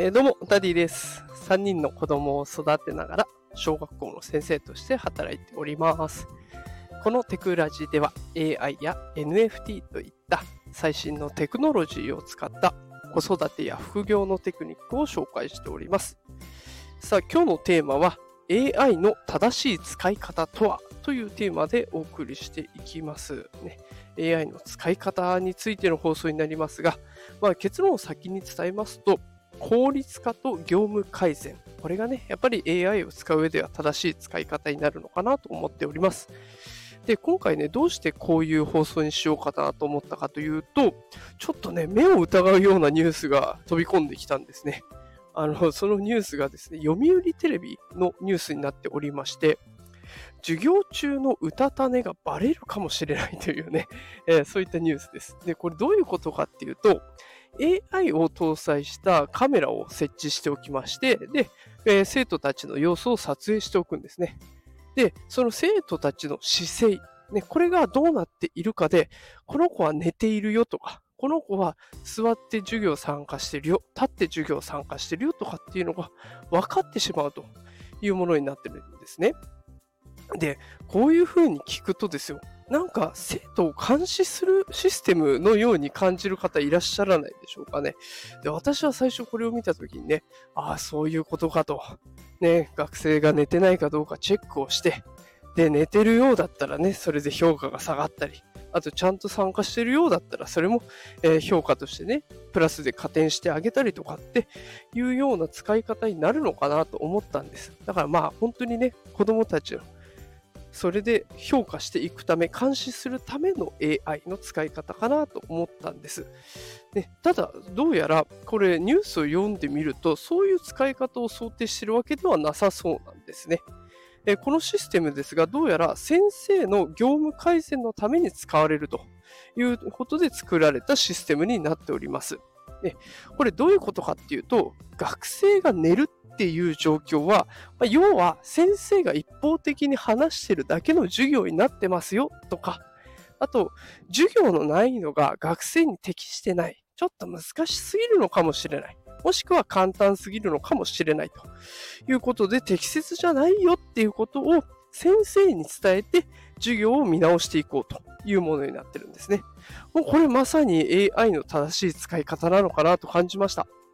どうも、ダディです。3人の子供を育てながら、小学校の先生として働いております。このテクラジでは AI や NFT といった最新のテクノロジーを使った子育てや副業のテクニックを紹介しております。さあ、今日のテーマは AI の正しい使い方とはというテーマでお送りしていきます。AI の使い方についての放送になりますが、結論を先に伝えますと、効率化と業務改善。これがね、やっぱり AI を使う上では正しい使い方になるのかなと思っております。で、今回ね、どうしてこういう放送にしようかなと思ったかというと、ちょっとね、目を疑うようなニュースが飛び込んできたんですね。そのニュースがですね、読売テレビのニュースになっておりまして、授業中のうたた寝がバレるかもしれないというね、そういったニュースです。で、これどういうことかっていうと、AI を搭載したカメラを設置しておきまして、で、生徒たちの様子を撮影しておくんですね。で、その生徒たちの姿勢、これがどうなっているかで、この子は寝ているよとか、この子は座って授業参加してるよ、立って授業参加してるよとかっていうのが分かってしまうというものになってるんですね。で、こういうふうに聞くとですよ、なんか生徒を監視するシステムのように感じる方いらっしゃらないでしょうかね。で、私は最初これを見たときにね、ああ、そういうことかと。ね、学生が寝てないかどうかチェックをして、で、寝てるようだったらね、それで評価が下がったり、あとちゃんと参加してるようだったら、それも、評価としてね、プラスで加点してあげたりとかっていうような使い方になるのかなと思ったんです。だから本当にね、子供たちのそれで評価していくため、監視するための AI の使い方かなと思ったんです。ただ、どうやらこれニュースを読んでみると、そういう使い方を想定しているわけではなさそうなんですね。このシステムですが、どうやら先生の業務改善のために使われるということで作られたシステムになっております。これどういうことかっていうと、学生が寝るっていう状況は、要は先生が一方的に話してるだけの授業になってますよとか、あと、授業の難易度が学生に適してない。ちょっと難しすぎるのかもしれない。もしくは簡単すぎるのかもしれないということで、適切じゃないよっていうことを先生に伝えて授業を見直していこうというものになってるんですね。もうこれまさに AI の正しい使い方なのかなと感じました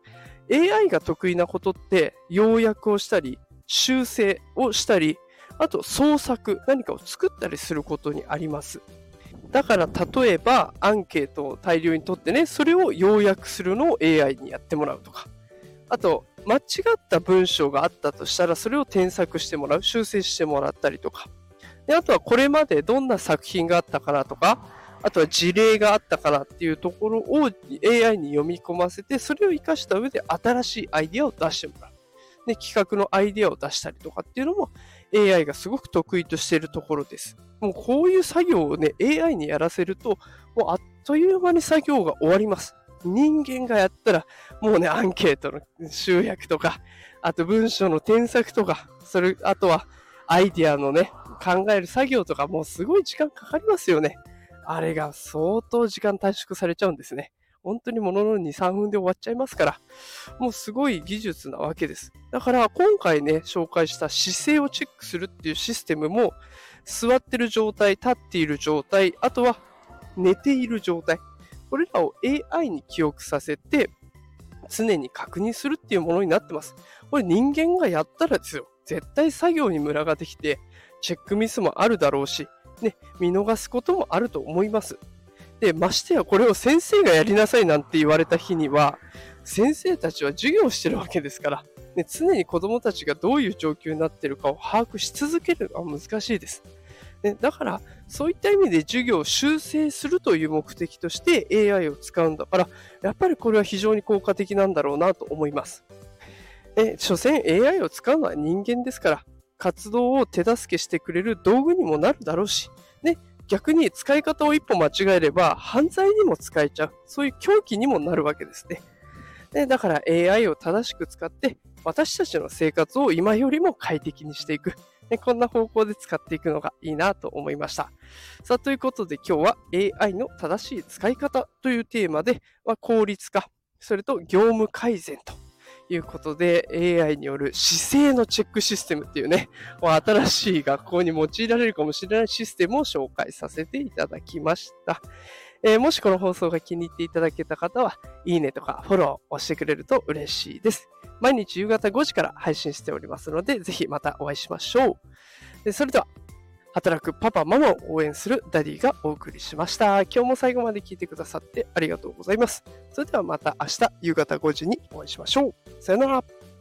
。AI が得意なことって要約をしたり、修正をしたり、あと創作、何かを作ったりすることにあります。だから例えばアンケートを大量に取ってね、それを要約するのを AI にやってもらうとか、あと間違った文章があったとしたらそれを添削してもらう、修正してもらったりとか、であとはこれまでどんな作品があったかなとか、あとは事例があったかなっていうところを AI に読み込ませて、それを活かした上で新しいアイディアを出してもらう。企画のアイディアを出したりとかっていうのも AI がすごく得意としているところです。もうこういう作業をね、AI にやらせると、もうあっという間に作業が終わります。人間がやったら、もうね、アンケートの集約とか、あと文章の添削とか、あとはアイディアのね、考える作業とか、もうすごい時間かかりますよね。あれが相当時間短縮されちゃうんですね。本当にものの2、3分で終わっちゃいますから、もうすごい技術なわけです。だから今回ね、紹介した姿勢をチェックするっていうシステムも、座ってる状態、立っている状態、あとは寝ている状態、これらを AI に記憶させて、常に確認するっていうものになってます。これ人間がやったらですよ、絶対作業にムラができて、チェックミスもあるだろうし、見逃すこともあると思います。で、ましてやこれを先生がやりなさいなんて言われた日には、先生たちは授業をしてるわけですから、常に子供たちがどういう状況になっているかを把握し続けるのは難しいです。だから、そういった意味で授業を修正するという目的として AI を使うんだから、やっぱりこれは非常に効果的なんだろうなと思います。所詮 AI を使うのは人間ですから、活動を手助けしてくれる道具にもなるだろうし、逆に使い方を一歩間違えれば犯罪にも使えちゃう、そういう凶器にもなるわけですね。だから AI を正しく使って私たちの生活を今よりも快適にしていく。こんな方向で使っていくのがいいなと思いました。さあ、ということで今日は AI の正しい使い方というテーマで、効率化、それと業務改善ということで、AI による姿勢のチェックシステムっていうね、新しい学校に用いられるかもしれないシステムを紹介させていただきました。もしこの放送が気に入っていただけた方は、いいねとかフォローをしてくれると嬉しいです。毎日夕方5時から配信しておりますので、ぜひまたお会いしましょう。それでは、働くパパママを応援するダディがお送りしました。今日も最後まで聞いてくださってありがとうございます。それではまた明日夕方5時にお会いしましょう。さよなら。